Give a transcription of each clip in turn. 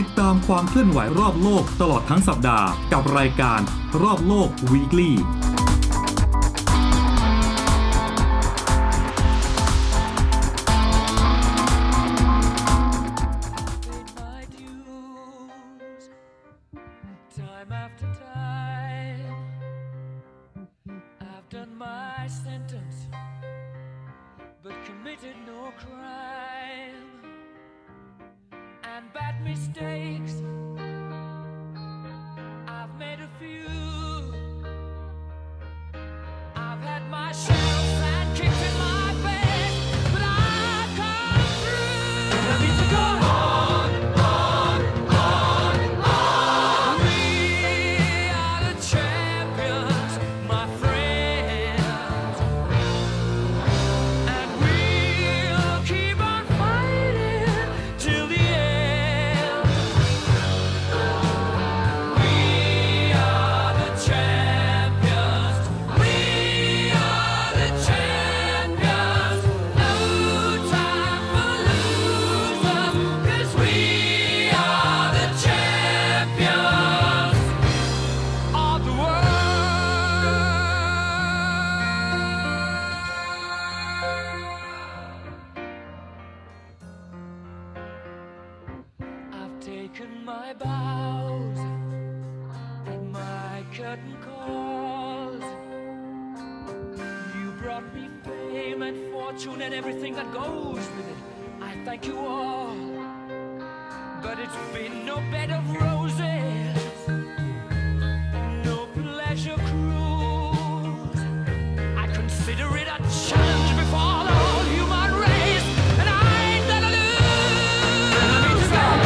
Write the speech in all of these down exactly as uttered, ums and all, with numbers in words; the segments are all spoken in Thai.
ดตามความเคลื่อนไหวรอบโลกตลอดทั้งสัปดาห์กับรายการรอบโลก Weekly mistakes I've made a few I've had my shadows and kicks in my face but I've come through I need to go on, on, on, on We are the champions, my friends And we'll keep on fighting till the end taken my bows and my curtain calls You brought me fame and fortune and everything that goes with it I thank you all But it's been no bed of roses No pleasure cruise I consider it a challenge before the whole human race And I ain't gonna lose I need to go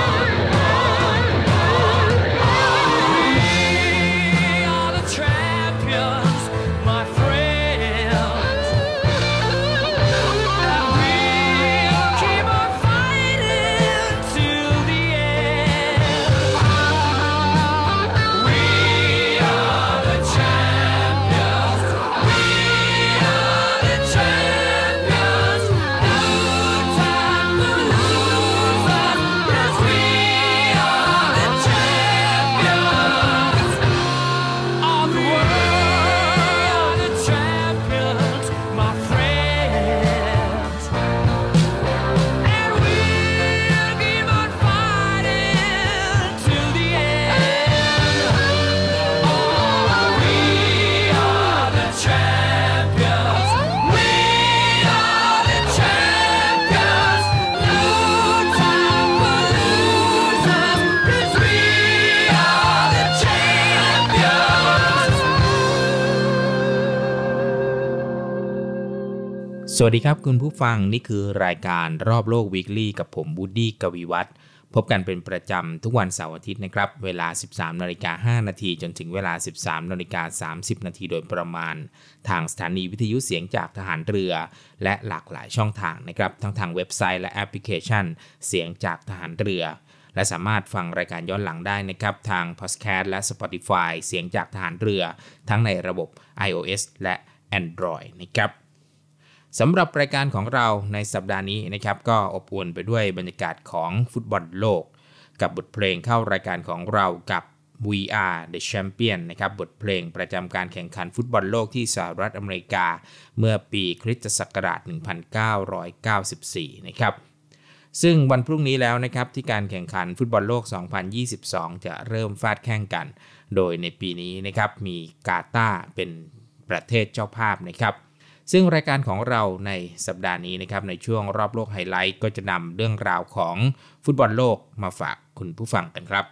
สวัสดีครับคุณผู้ฟังนี่คือรายการรอบโลก Weekly กับผมวูดดี้ กวีวัฒน์พบกันเป็นประจำทุกวันเสาร์อาทิตย์นะครับเวลา สิบสามนาฬิกาห้านาที จนถึงเวลา สิบสามนาฬิกาสามสิบนาทีโดยประมาณทางสถานีวิทยุเสียงจากทหารเรือและหลากหลายช่องทางนะครับทั้งทางเว็บไซต์และแอปพลิเคชันเสียงจากทหารเรือและสามารถฟังรายการย้อนหลังได้นะครับทาง Podcast และ Spotify เสียงจากทหารเรือทั้งในระบบ iOS และ Android นะครับสำหรับรายการของเราในสัปดาห์นี้นะครับก็อบอวลไปด้วยบรรยากาศของฟุตบอลโลกกับบทเพลงเข้ารายการของเรากับ We Are the Champion นะครับบทเพลงประจำการแข่งขันฟุตบอลโลกที่สหรัฐอเมริกาเมื่อปีคริสตศักราชหนึ่งพันเก้าร้อยเก้าสิบสี่นะครับซึ่งวันพรุ่งนี้แล้วนะครับที่การแข่งขันฟุตบอลโลกสองพันยี่สิบสองจะเริ่มฟาดแข่งกันโดยในปีนี้นะครับมีกาตาร์เป็นประเทศเจ้าภาพนะครับซึ่งรายการของเราในสัปดาห์นี้นะครับในช่วงรอบโลกไฮไลท์ก็จะนำเรื่องราวของฟุตบอลโลกมาฝากคุณผู้ฟังกันครับ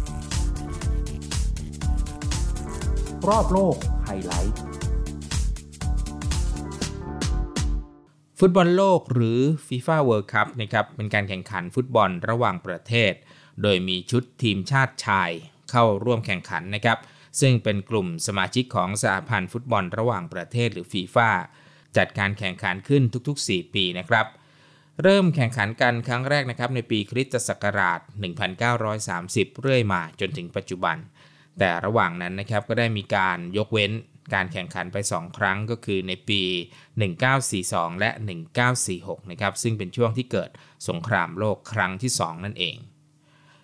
รอบโลกไฮไลท์ฟุตบอลโลกหรือ FIFA World Cup นะครับเป็นการแข่งขันฟุตบอลระหว่างประเทศโดยมีชุดทีมชาติชายเข้าร่วมแข่งขันนะครับซึ่งเป็นกลุ่มสมาชิกของสหพันธ์ฟุตบอลระหว่างประเทศหรือ FIFA จัดการแข่งขันขึ้นทุกๆสี่ปีนะครับเริ่มแข่งขันกันครั้งแรกนะครับในปีคริสตศักราชหนึ่งพันเก้าร้อยสามสิบเรื่อยมาจนถึงปัจจุบันแต่ระหว่างนั้นนะครับก็ได้มีการยกเว้นการแข่งขันไปสองครั้งก็คือในปีหนึ่งพันเก้าร้อยสี่สิบสองและหนึ่งพันเก้าร้อยสี่สิบหกนะครับซึ่งเป็นช่วงที่เกิดสงครามโลกครั้งที่สองนั่นเอง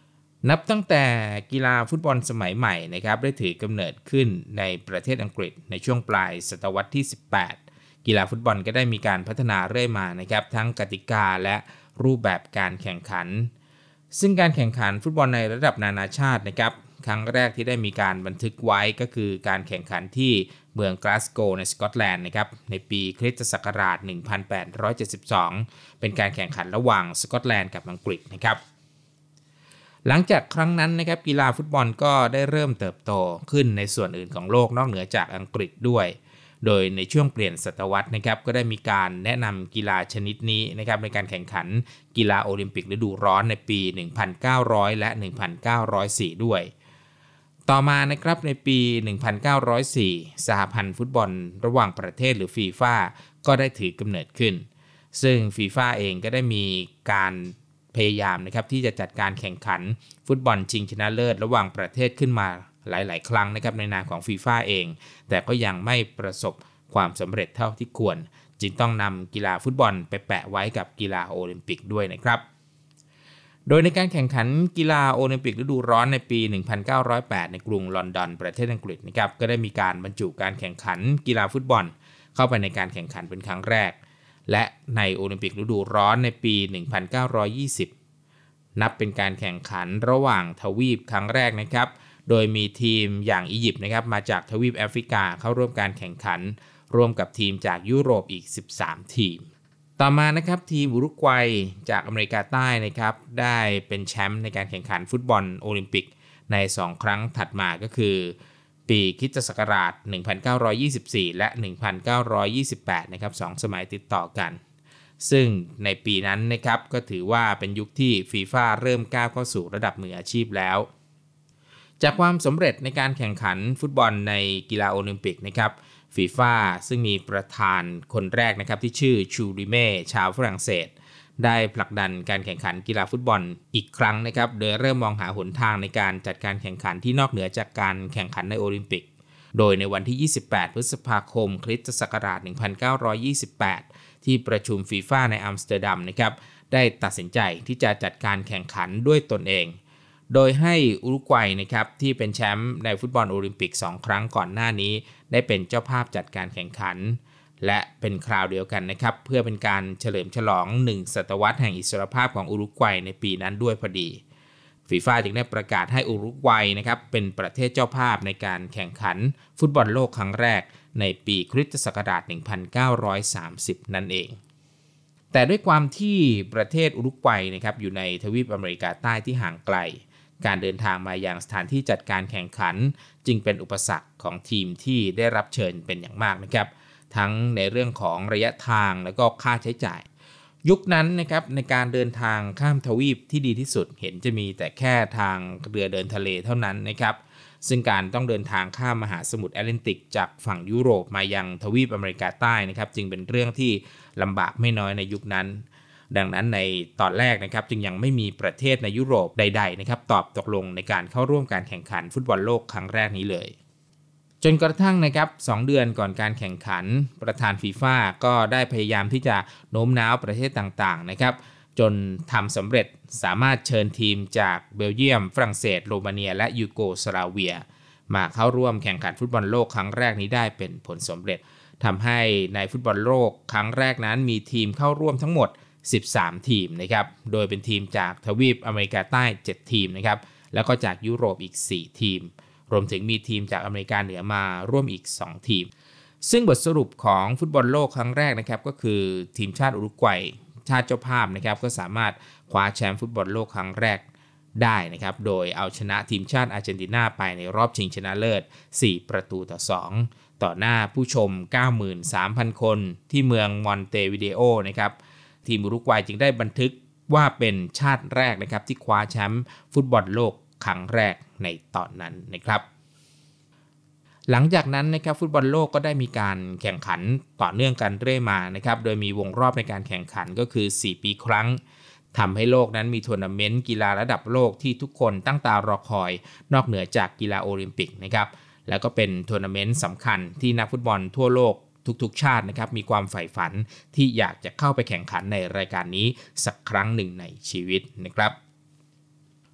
นับตั้งแต่กีฬาฟุตบอลสมัยใหม่นะครับได้ถือกำเนิดขึ้นในประเทศอังกฤษในช่วงปลายศตวรรษที่สิบแปดกีฬาฟุตบอลก็ได้มีการพัฒนาเรื่อยมานะครับทั้งกติกาและรูปแบบการแข่งขันซึ่งการแข่งขันฟุตบอลในระดับนานาชาตินะครับครั้งแรกที่ได้มีการบันทึกไว้ก็คือการแข่งขันที่เมืองกลาสโกว์ในสกอตแลนด์นะครับในปีคริสตศักราชหนึ่งพันแปดร้อยเจ็ดสิบสองเป็นการแข่งขันระหว่างสกอตแลนด์กับอังกฤษนะครับหลังจากครั้งนั้นนะครับกีฬาฟุตบอลก็ได้เริ่มเติบโตขึ้นในส่วนอื่นของโลกนอกเหนือจากอังกฤษด้วยโดยในช่วงเปลี่ยนศตวรรษนะครับก็ได้มีการแนะนำกีฬาชนิดนี้นะครับในการแข่งขันกีฬาโอลิมปิกฤดูร้อนในปี หนึ่งพันเก้าร้อย และ หนึ่งพันเก้าร้อยสี่ ด้วยต่อมานะครับในปี หนึ่งพันเก้าร้อยสี่ สหพันธ์ฟุตบอลระหว่างประเทศหรือฟีฟ่าก็ได้ถือกำเนิดขึ้นซึ่งฟีฟ่าเองก็ได้มีการพยายามนะครับที่จะจัดการแข่งขันฟุตบอลชิงชนะเลิศระหว่างประเทศขึ้นมาหลายๆครั้งนะครับในนามของฟีฟ่าเองแต่ก็ยังไม่ประสบความสำเร็จเท่าที่ควรจึงต้องนำกีฬาฟุตบอลไปแปะไว้กับกีฬาโอลิมปิกด้วยนะครับโดยในการแข่งขันกีฬาโอลิมปิกฤดูร้อนในปี หนึ่งพันเก้าร้อยแปด ในกรุงลอนดอนประเทศอังกฤษนะครับก็ได้มีการบรรจุการแข่งขันกีฬาฟุตบอลเข้าไปในการแข่งขันเป็นครั้งแรกและในโอลิมปิกฤดูร้อนในปี หนึ่งพันเก้าร้อยยี่สิบ นับเป็นการแข่งขันระหว่างทวีปครั้งแรกนะครับโดยมีทีมอย่างอียิปต์นะครับมาจากทวีปแอฟริกาเข้าร่วมการแข่งขันร่วมกับทีมจากยุโรปอีกสิบสามทีมต่อมานะครับทีมอุรุกวัยจากอเมริกาใต้นะครับได้เป็นแชมป์ในการแข่งขันฟุตบอลโอลิมปิกในสองครั้งถัดมาก็คือปีคริสตศักราชหนึ่งพันเก้าร้อยยี่สิบสี่และหนึ่งพันเก้าร้อยยี่สิบแปดนะครับสองสมัยติดต่อกันซึ่งในปีนั้นนะครับก็ถือว่าเป็นยุคที่ฟีฟ่าเริ่มก้าวเข้าสู่ระดับมืออาชีพแล้วจากความสำเร็จในการแข่งขันฟุตบอลในกีฬาโอลิมปิกนะครับฟีฟ่าซึ่งมีประธานคนแรกนะครับที่ชื่อชูริเม่ชาวฝรั่งเศสได้ผลักดันการแข่งขันกีฬาฟุตบอลอีกครั้งนะครับโดยเริ่มมองหาหนทางในการจัดการแข่งขันที่นอกเหนือจากการแข่งขันในโอลิมปิกโดยในวันที่ยี่สิบแปดพฤษภาคมคริสตศักราชหนึ่งพันเก้าร้อยยี่สิบแปดที่ประชุมฟีฟ่าในอัมสเตอร์ดัมนะครับได้ตัดสินใจที่จะจัดการแข่งขันด้วยตนเองโดยให้อุรุกวัยนะครับที่เป็นแชมป์ในฟุตบอลโอลิมปิกสองครั้งก่อนหน้านี้ได้เป็นเจ้าภาพจัดการแข่งขันและเป็นคราวเดียวกันนะครับเพื่อเป็นการเฉลิมฉลองหนึ่งศตวรรษแห่งอิสรภาพของอุรุกวัยในปีนั้นด้วยพอดีฟีฟ่าจึงได้ประกาศให้อุรุกวัยนะครับเป็นประเทศเจ้าภาพในการแข่งขันฟุตบอลโลกครั้งแรกในปีคริสตศักราชหนึ่งพันเก้าร้อยสามสิบนั่นเองแต่ด้วยความที่ประเทศอุรุกวัยนะครับอยู่ในทวีปอเมริกาใต้ที่ห่างไกลการเดินทางมายังสถานที่จัดการแข่งขันจึงเป็นอุปสรรคของทีมที่ได้รับเชิญเป็นอย่างมากนะครับทั้งในเรื่องของระยะทางและก็ค่าใช้จ่ายยุคนั้นนะครับในการเดินทางข้ามทวีปที่ดีที่สุดเห็นจะมีแต่แค่ทางเรือเดินทะเลเท่านั้นนะครับซึ่งการต้องเดินทางข้ามมหาสมุทรแอตแลนติกจากฝั่งยุโรปมายังทวีปอเมริกาใต้นะครับจึงเป็นเรื่องที่ลำบากไม่น้อยในยุคนั้นดังนั้นในตอนแรกนะครับจึงยังไม่มีประเทศในยุโรปใดๆนะครับตอบตกลงในการเข้าร่วมการแข่งขันฟุตบอลโลกครั้งแรกนี้เลยจนกระทั่งนะครับสองเดือนก่อนการแข่งขันประธานฟีฟ่าก็ได้พยายามที่จะโน้มน้าวประเทศต่างๆนะครับจนทำสำเร็จสามารถเชิญทีมจากเบลเยียมฝรั่งเศสโรมาเนียและยูโกสลาเวียมาเข้าร่วมแข่งขันฟุตบอลโลกครั้งแรกนี้ได้เป็นผลสำเร็จทำให้ในฟุตบอลโลกครั้งแรกนั้นมีทีมเข้าร่วมทั้งหมดสิบสามทีมนะครับโดยเป็นทีมจากทวีปอเมริกาใต้เจ็ดทีมนะครับแล้วก็จากยุโรปอีกสี่ทีมรวมถึงมีทีมจากอเมริกาเหนือมาร่วมอีกสองทีมซึ่งบทสรุปของฟุตบอลโลกครั้งแรกนะครับก็คือทีมชาติอุรุกวัยชาติเจ้าภาพนะครับก็สามารถคว้าแชมป์ฟุตบอลโลกครั้งแรกได้นะครับโดยเอาชนะทีมชาติอาร์เจนตินาไปในรอบชิงชนะเลิศสี่ประตูต่อสองต่อหน้าผู้ชม เก้าหมื่นสามพัน คนที่เมืองมอนเตวิเดโอนะครับทีมอุรุกวัยจึงได้บันทึกว่าเป็นชาติแรกนะครับที่คว้าแชมป์ฟุตบอลโลกครั้งแรกในตอนนั้นนะครับหลังจากนั้นนะครับฟุตบอลโลกก็ได้มีการแข่งขันต่อเนื่องกันเรื่อยมานะครับโดยมีวงรอบในการแข่งขันก็คือสี่ปีครั้งทำให้โลกนั้นมีทัวร์นาเมนต์กีฬาระดับโลกที่ทุกคนตั้งตารอคอยนอกเหนือจากกีฬาโอลิมปิกนะครับแล้วก็เป็นทัวร์นาเมนต์สำคัญที่นักฟุตบอลทั่วโลกทุกๆชาตินะครับมีความใฝ่ฝันที่อยากจะเข้าไปแข่งขันในรายการนี้สักครั้งหนึ่งในชีวิตนะครับ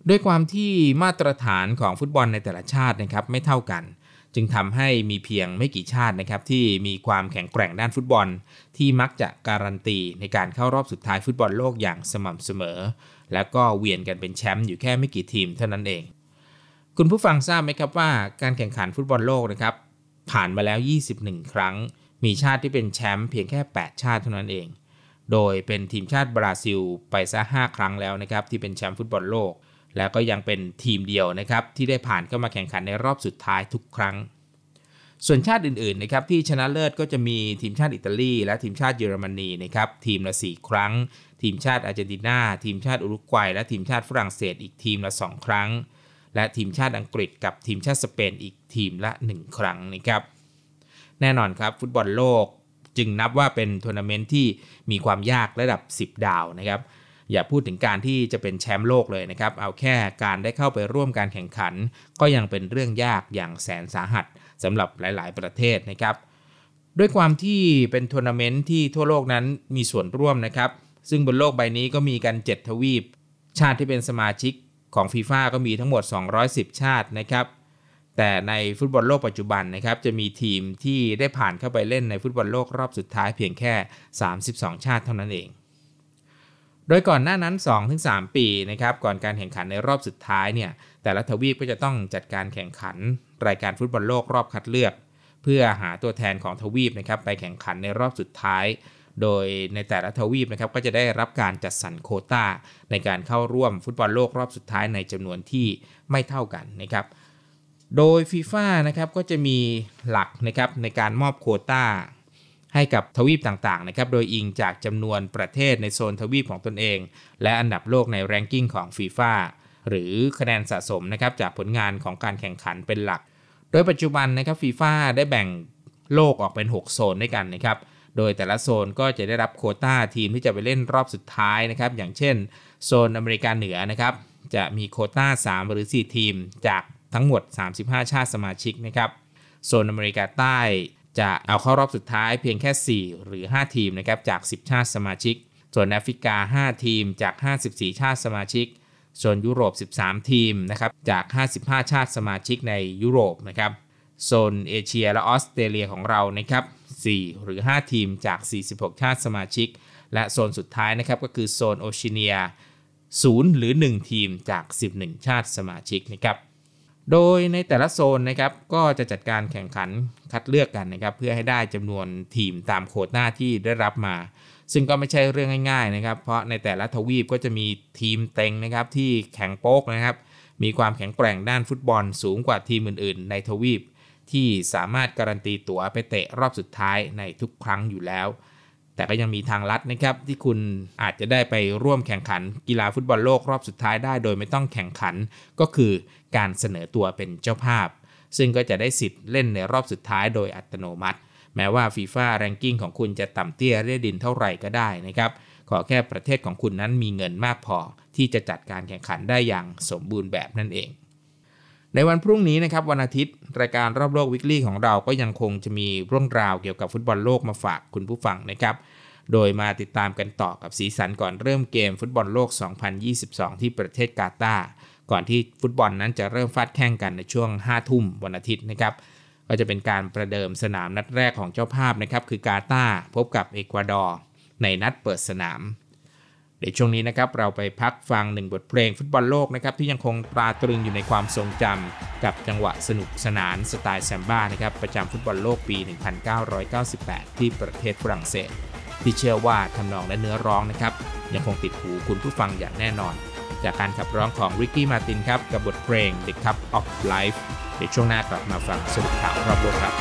ด้วยความที่มาตรฐานของฟุตบอลในแต่ละชาตินะครับไม่เท่ากันจึงทำให้มีเพียงไม่กี่ชาตินะครับที่มีความแข็งแกร่งด้านฟุตบอลที่มักจะการันตีในการเข้ารอบสุดท้ายฟุตบอลโลกอย่างสม่ำเสมอแล้วก็เวียนกันเป็นแชมป์อยู่แค่ไม่กี่ทีมเท่านั้นเองคุณผู้ฟังทราบไหมครับว่าการแข่งขันฟุตบอลโลกนะครับผ่านมาแล้วยี่สิบเอ็ดครั้งมีชาติที่เป็นแชมป์เพียงแค่แปดชาติเท่านั้นเองโดยเป็นทีมชาติบราซิลไปซะห้าครั้งแล้วนะครับที่เป็นแชมป์ฟุตบอลโลกแล้วก็ยังเป็นทีมเดียวนะครับที่ได้ผ่านเข้ามาแข่งขันในรอบสุดท้ายทุกครั้งส่วนชาติอื่นๆนะครับที่ชนะเลิศก็จะมีทีมชาติอิตาลีและทีมชาติเยอรมนีนะครับทีมละสี่ครั้งทีมชาติอาร์เจนตินาทีมชาติอุรุกวัยและทีมชาติฝรั่งเศสอีกทีมละสองครั้งและทีมชาติอังกฤษกับทีมชาติสเปนอีกทีมละหนึ่งครั้งนะครับแน่นอนครับฟุตบอลโลกจึงนับว่าเป็นทัวร์นาเมนต์ที่มีความยากระดับสิบดาวนะครับอย่าพูดถึงการที่จะเป็นแชมป์โลกเลยนะครับเอาแค่การได้เข้าไปร่วมการแข่งขันก็ยังเป็นเรื่องยากอย่างแสนสาหัสสำหรับหลายๆประเทศนะครับด้วยความที่เป็นทัวร์นาเมนต์ที่ทั่วโลกนั้นมีส่วนร่วมนะครับซึ่งบนโลกใบนี้ก็มีกันเจ็ดทวีปชาติที่เป็นสมาชิกของ ฟีฟ่า ก็มีทั้งหมดสองร้อยสิบชาตินะครับแต่ในฟุตบอลโลกปัจจุบันนะครับจะมีทีมที่ได้ผ่านเข้าไปเล่นในฟุตบอลโลกรอบสุดท้ายเพียงแค่สามสิบสองชาติเท่านั้นเองโดยก่อนหน้านั้น สองถึงสาม ปีนะครับก่อนการแข่งขันในรอบสุดท้ายเนี่ยแต่ละทวีปก็จะต้องจัดการแข่งขันรายการฟุตบอลโลกรอบคัดเลือกเพื่อหาตัวแทนของทวีปนะครับไปแข่งขันในรอบสุดท้ายโดยในแต่ละทวีปนะครับก็จะได้รับการจัดสรรโควต้าในการเข้าร่วมฟุตบอลโลกรอบสุดท้ายในจำนวนที่ไม่เท่ากันนะครับโดย ฟีฟ่า นะครับก็จะมีหลักนะครับในการมอบโควต้าให้กับทวีปต่างๆนะครับโดยอิงจากจำนวนประเทศในโซนทวีปของตนเองและอันดับโลกในแรงกิ้งของ ฟีฟ่า หรือคะแนนสะสมนะครับจากผลงานของการแข่งขันเป็นหลักโดยปัจจุบันนะครับ ฟีฟ่า ได้แบ่งโลกออกเป็นหกโซนด้วยกันนะครับโดยแต่ละโซนก็จะได้รับโควต้าทีมที่จะไปเล่นรอบสุดท้ายนะครับอย่างเช่นโซนอเมริกาเหนือนะครับจะมีโควต้าสามหรือสี่ทีมจากทั้งหมดสามสิบห้าชาติสมาชิกนะครับโซนอเมริกาใต้จะเอาเข้ารอบสุดท้ายเพียงแค่สี่หรือห้าทีมนะครับจากสิบชาติสมาชิกส่วนแอฟริกาห้าทีมจากห้าสิบสี่ชาติสมาชิกโซนยุโรปสิบสามทีมนะครับจากห้าสิบห้าชาติสมาชิกในยุโรปนะครับโซนเอเชียและออสเตรเลียของเรานะครับสี่หรือห้าทีมจากสี่สิบหกชาติสมาชิกและโซนสุดท้ายนะครับก็คือโซนโอเชียเนียศูนย์หรือหนึ่งทีมจากสิบเอ็ดชาติสมาชิกนะครับโดยในแต่ละโซนนะครับก็จะจัดการแข่งขันคัดเลือกกันนะครับเพื่อให้ได้จำนวนทีมตามโควต้าที่ได้รับมาซึ่งก็ไม่ใช่เรื่องง่ายๆนะครับเพราะในแต่ละทวีปก็จะมีทีมเต็งนะครับที่แข็งโป๊กนะครับมีความแข็งแกร่งด้านฟุตบอลสูงกว่าทีมอื่นๆในทวีปที่สามารถการันตีตั๋วไปเตะรอบสุดท้ายในทุกครั้งอยู่แล้วแต่ก็ยังมีทางลัดนะครับที่คุณอาจจะได้ไปร่วมแข่งขันกีฬาฟุตบอลโลกรอบสุดท้ายได้โดยไม่ต้องแข่งขันก็คือการเสนอตัวเป็นเจ้าภาพซึ่งก็จะได้สิทธิ์เล่นในรอบสุดท้ายโดยอัตโนมัติแม้ว่า ฟีฟ่า Ranking ของคุณจะต่ำเตี้ยเรี่ยดินเท่าไหร่ก็ได้นะครับขอแค่ประเทศของคุณนั้นมีเงินมากพอที่จะจัดการแข่งขันได้อย่างสมบูรณ์แบบนั่นเองในวันพรุ่งนี้นะครับวันอาทิตย์รายการรอบโลก Weekly ของเราก็ยังคงจะมีเรื่องราวเกี่ยวกับฟุตบอลโลกมาฝากคุณผู้ฟังนะครับโดยมาติดตามกันต่อกับสีสันก่อนเริ่มเกมฟุตบอลโลกสองพันยี่สิบสองที่ประเทศกาตาร์ก่อนที่ฟุตบอลนั้นจะเริ่มฟาดแข่งกันในช่วงห้าทุ่มวันอาทิตย์นะครับก็จะเป็นการประเดิมสนามนัดแรกของเจ้าภาพนะครับคือกาตาร์พบกับเอกวาดอร์ในนัดเปิดสนามในช่วงนี้นะครับเราไปพักฟังหนึ่งบทเพลงฟุตบอลโลกนะครับที่ยังคงตราตรึงอยู่ในความทรงจำกับจังหวะสนุกสนานสไตล์แซมบ้านะครับประจำฟุตบอลโลกปี หนึ่งพันเก้าร้อยเก้าสิบแปด ที่ประเทศฝรั่งเศสที่เชื่อว่าทำนองและเนื้อร้องนะครับยังคงติดหูคุณผู้ฟังอย่างแน่นอนจากการขับร้องของริกกี้มาร์ตินครับกับบทเพลง The Cup of Life เดี๋ยวช่วงหน้ากลับมาฟังสรุปข่าวรอบโลกครับ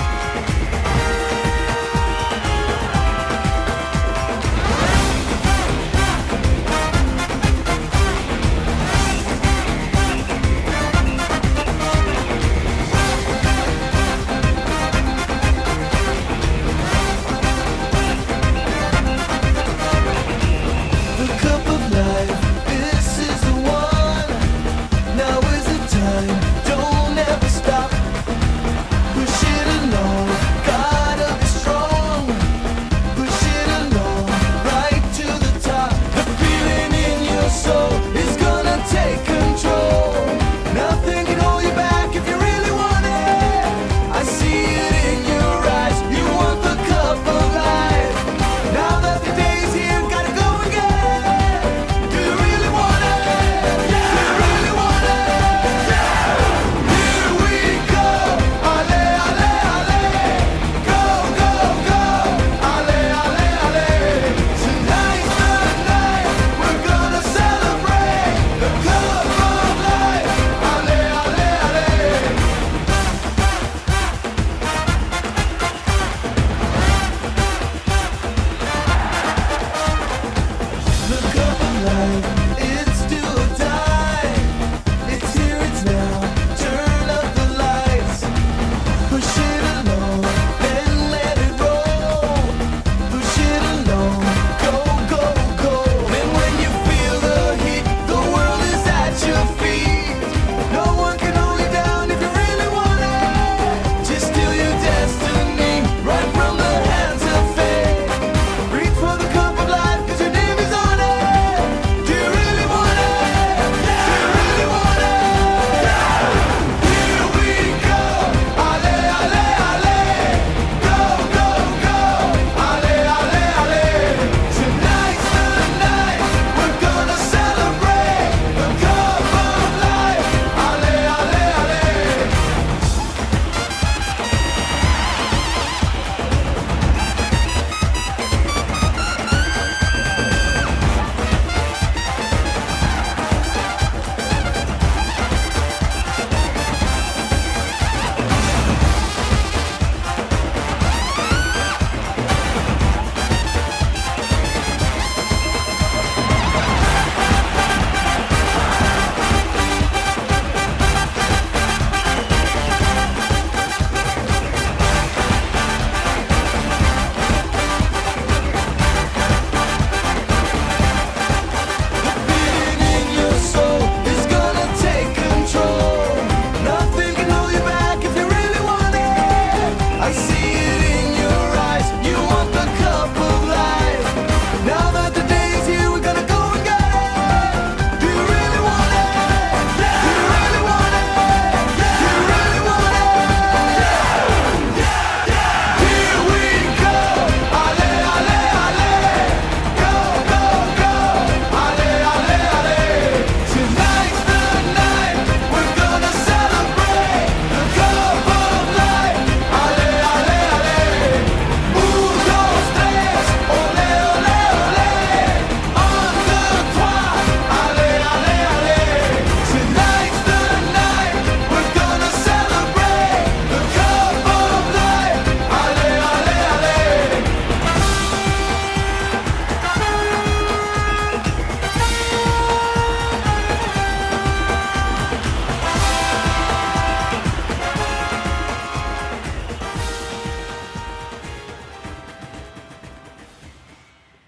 Push it along.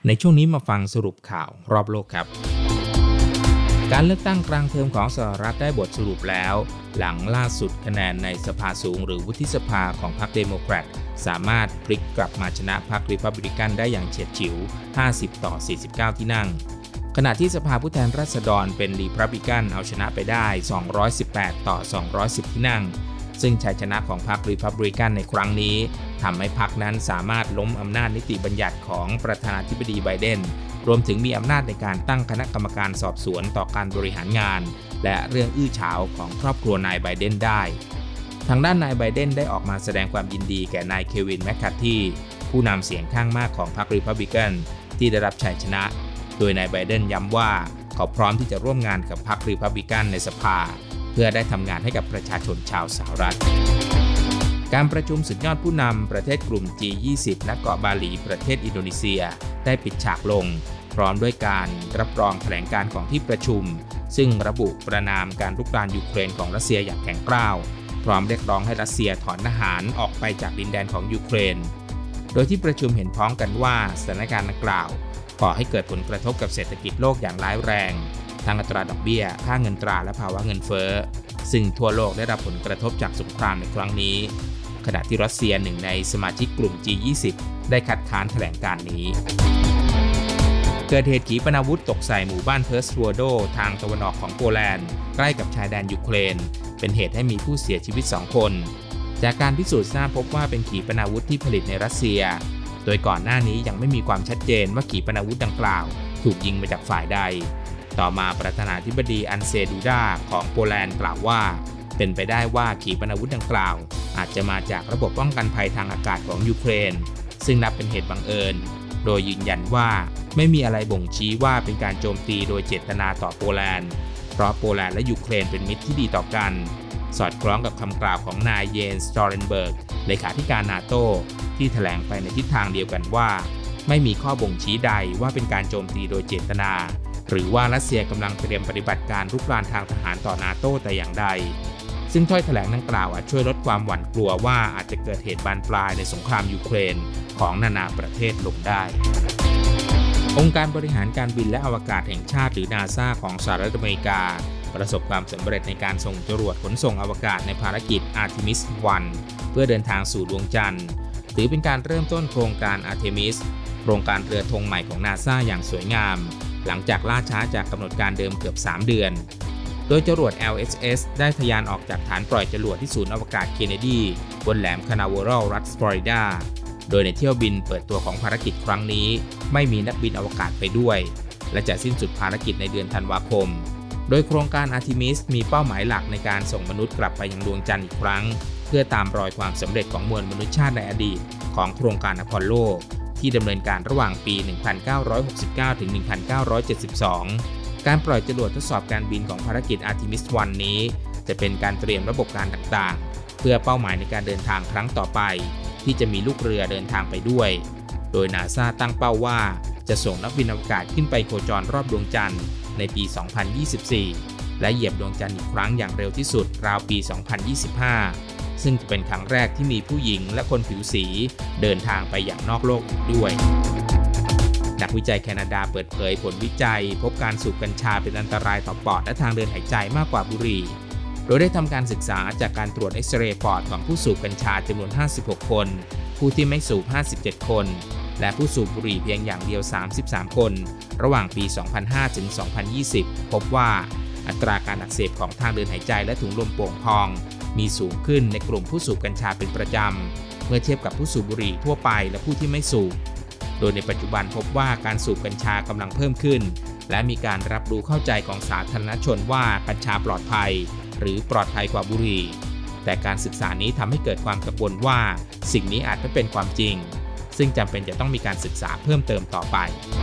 ในช่วงนี้มาฟังสรุปข่าวรอบโลกครับการเลือกตั้งกลางเทอมของสหรัฐได้บทสรุปแล้วหลังล่าสุดคะแนนในสภาสูงหรือวุฒิสภาของพรรคเดโมแครตสามารถพลิกกลับมาชนะพรรครีพับลิกันได้อย่างเฉียดฉิวห้าสิบต่อสี่สิบเก้าที่นั่งขณะที่สภาผู้แทนราษฎรเป็นรีพับลิกันเอาชนะไปได้สองร้อยสิบแปดต่อสองร้อยสิบที่นั่งซึ่งชัยชนะของพรรครีพับลิกันในครั้งนี้ทำให้พรรคนั้นสามารถล้มอำนาจนิติบัญญัติของประธานาธิบดีไบเดนรวมถึงมีอำนาจในการตั้งคณะกรรมการสอบสวนต่อการบริหารงานและเรื่องอื้อฉาวของครอบครัวนายไบเดนได้ทางด้านนายไบเดนได้ออกมาแสดงความยินดีแก่นายเควินแมคคาร์ธีผู้นำเสียงข้างมากของพรรครีพับลิกันที่ได้รับชัยชนะโดยนายไบเดนย้ำว่าเขาพร้อมที่จะร่วมงานกับพรรครีพับลิกันในสภาเพื่อได้ทำงานให้กับประชาชนชาวสหรัฐการประชุมสุดยอดผู้นำประเทศกลุ่ม จี ยี่สิบ ณ เกาะบาหลีประเทศอินโดนีเซียได้ปิดฉากลงพร้อมด้วยการรับรองแถลงการของที่ประชุมซึ่งระบุประณามการรุกรานยูเครนของรัสเซียอย่างแข็งกร้าวพร้อมเรียกร้องให้รัสเซียถอนทหารออกไปจากดินแดนของยูเครนโดยที่ประชุมเห็นพ้องกันว่าสถานการณ์ดังกล่าวก่อให้เกิดผลกระทบกับเศรษฐกิจโลกอย่างร้ายแรงทั้งอัตราดอกเบี้ยค่าเงินตราและภาวะเงินเฟ้อซึ่งทั่วโลกได้รับผลกระทบจากสงครามในครั้งนี้ขณะที่รัสเซียหนึ่งในสมาชิกกลุ่ม จี ยี่สิบ ได้คัดค้านแถลงการนี้เกิดเหตุขีปนาวุธตกใส่หมู่บ้านเพิร์สทัวโดทางตะวันออกของโปแลนด์ใกล้กับชายแดนยูเครนเป็นเหตุให้มีผู้เสียชีวิตสองคนจากการพิสูจน์ทราบพบว่าเป็นขีปนาวุธที่ผลิตในรัสเซียโดยก่อนหน้านี้ยังไม่มีความชัดเจนว่าขีปนาวุธดังกล่าวถูกยิงมาจากฝ่ายใดต่อมาประธานาธิบดีอันเซดูดาของโปแลนด์กล่าวว่าเป็นไปได้ว่าขีปนาวุธดังกล่าวอาจจะมาจากระบบป้องกันภัยทางอากาศของยูเครนซึ่งนับเป็นเหตุบังเอิญโดยยืนยันว่าไม่มีอะไรบ่งชี้ว่าเป็นการโจมตีโดยเจตนาต่อโปแลนด์เพราะโปแลนด์และยูเครนเป็นมิตรที่ดีต่อกันสอดคล้องกับคำกล่าวของนายเยนสตอเรนเบิร์กเลขาธิการนาโตที่แถลงไปในทิศทางเดียวกันว่าไม่มีข้อบ่งชี้ใดว่าเป็นการโจมตีโดยเจตนาหรือว่ารัสเซียกำลังเตรียมปฏิบัติการรุกรานทางทหารต่อนาโตแต่อย่างใดซึ่งถ้อยแถลงดังกล่าวอาจช่วยลดความหวั่นกลัวว่าอาจจะเกิดเหตุบานปลายในสงครามยูเครนของนานาประเทศลงได้องค์การบริหารการบินและอวกาศแห่งชาติหรือ นาซา ของสหรัฐอเมริกาประสบความสำเร็จในการส่งจรวดขนส่งอวกาศในภารกิจ อาร์เทมิส วัน เพื่อเดินทางสู่ดวงจันทร์ถือเป็นการเริ่มต้นโครงการ อาร์เทมิส โครงการเรือธงใหม่ของ นาซา อย่างสวยงามหลังจากล่าช้าจากกำหนดการเดิมเกือบสามเดือนโดยจรวด แอล เอช เอส ได้ทะยานออกจากฐานปล่อยจรวดที่ศูนย์อวกาศเคนเนดีบนแหลมคานาเวอรัลรัฐฟลอริดาโดยในเที่ยวบินเปิดตัวของภารกิจครั้งนี้ไม่มีนักบินอวกาศไปด้วยและจะสิ้นสุดภารกิจในเดือนธันวาคมโดยโครงการ อาร์เทมิส มีเป้าหมายหลักในการส่งมนุษย์กลับไปยังดวงจันทร์อีกครั้งเพื่อตามรอยความสำเร็จของมวลมนุษยชาติในอดีตของโครงการอพอลโลที่ดำเนินการระหว่างปี หนึ่งพันเก้าร้อยหกสิบเก้า ถึง หนึ่งพันเก้าร้อยเจ็ดสิบสอง การปล่อยจรวดทดสอบการบินของภารกิจ อาร์เทมิส วัน นี้จะเป็นการเตรียมระบบการต่างๆเพื่อเป้าหมายในการเดินทางครั้งต่อไปที่จะมีลูกเรือเดินทางไปด้วยโดย นาซา ตั้งเป้าว่าจะส่งนักบินอวกาศขึ้นไปโคจรรอบดวงจันทร์ในปี สองพันยี่สิบสี่ และเหยียบดวงจันทร์อีกครั้งอย่างเร็วที่สุดราวปี สองพันยี่สิบห้า ซึ่งจะเป็นครั้งแรกที่มีผู้หญิงและคนผิวสีเดินทางไปอย่างนอกโลกอีกด้วยนักวิจัยแคนาดาเปิดเผยผลวิจัยพบการสูบกัญชาเป็นอันตรายต่อปอดและทางเดินหายใจมากกว่าบุหรี่โดยได้ทำการศึกษาจากการตรวจเอ็กซเรย์ปอดของผู้สูบกัญชาจำนวนห้าสิบหกคนผู้ที่ไม่สูบห้าสิบเจ็ดคนและผู้สูบบุหรี่เพียงอย่างเดียวสามสิบสามคนระหว่างปี สองพันห้า ถึง สองพันยี่สิบ พบว่าอัตราการอักเสบของทางเดินหายใจและถุงลมโป่งพองมีสูงขึ้นในกลุ่มผู้สูบกัญชาเป็นประจำเมื่อเทียบกับผู้สูบบุหรี่ทั่วไปและผู้ที่ไม่สูบโดยในปัจจุบันพบว่าการสูบกัญชากำลังเพิ่มขึ้นและมีการรับรู้เข้าใจของสาธารณชนว่ากัญชาปลอดภัยหรือปลอดภัยกว่าบุหรี่แต่การศึกษานี้ทำให้เกิดความกังวลว่าสิ่งนี้อาจไม่เป็นความจริงซึ่งจำเป็นจะต้องมีการศึกษาเพิ่มเติมต่อไป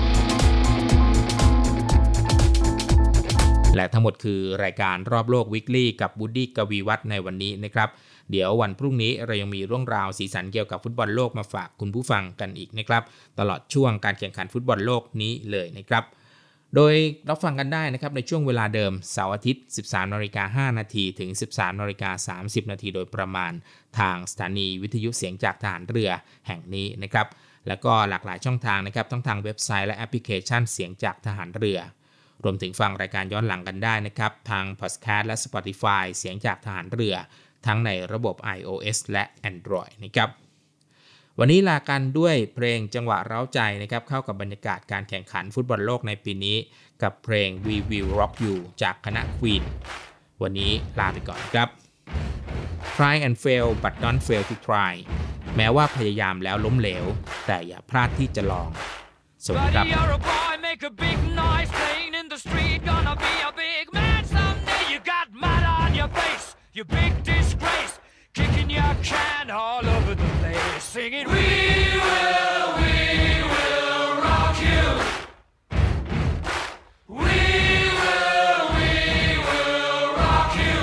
และทั้งหมดคือรายการรอบโลก Weekly กับวูดดี้ กวีวัฒน์ในวันนี้นะครับเดี๋ยววันพรุ่งนี้เรายังมีเรื่องราวสีสันเกี่ยวกับฟุตบอลโลกมาฝากคุณผู้ฟังกันอีกนะครับตลอดช่วงการแข่งขันฟุตบอลโลกนี้เลยนะครับโดยรับฟังกันได้นะครับในช่วงเวลาเดิมเสาร์อาทิตย์ สิบสามนาฬิกาห้านาที ถึง สิบสามนาฬิกาสามสิบนาทีโดยประมาณทางสถานีวิทยุเสียงจากทหารเรือแห่งนี้นะครับแล้วก็หลากหลายช่องทางนะครับทั้งทางเว็บไซต์และแอปพลิเคชันเสียงจากทหารเรือรวมถึงฟังรายการย้อนหลังกันได้นะครับทาง Podcast และ Spotify เสียงจากทหารเรือทั้งในระบบ iOS และ Android นะครับวันนี้ลากันด้วยเพลงจังหวะเร้าใจนะครับเข้ากับบรรยากาศการแข่งขันฟุตบอลโลกในปีนี้กับเพลง We Will Rock You จากคณะ Queen วันนี้ลาไปก่อนครับ Try and fail but don't fail to try แม้ว่าพยายามแล้วล้มเหลวแต่อย่าพลาดที่จะลองสวัสดีครับ Buddy, you're a boy, make a big noise, playing in the street, gonna be a big man someday. You got mud on your face, you big disgrace, kicking your can all over the place, singing, We will, we will rock you. We will, we will rock you.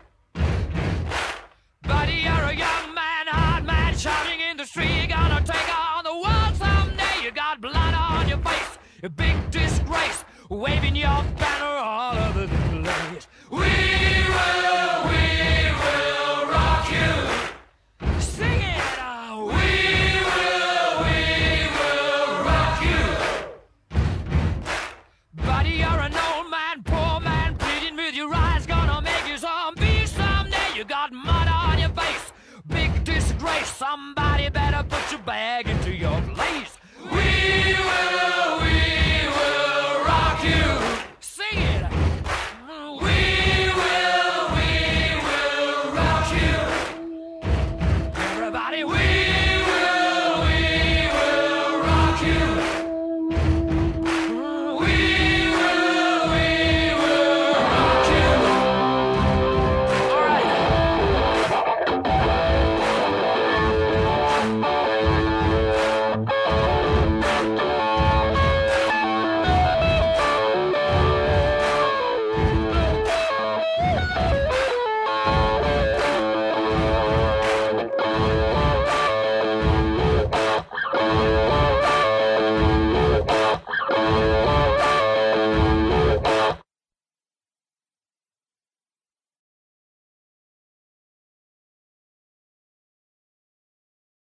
Buddy, you're a young man, hard man, shouting in the street, gonna take on the world someday. You got blood on your face, a big disgrace, waving your banner all over the place. We will, we will rock you. Sing it out. We will, we will rock you. Buddy, you're an old man, poor man, pleading with your eyes, gonna make you zombie someday. You got mud on your face, big disgrace. Somebody better put your bag into your place. We will, we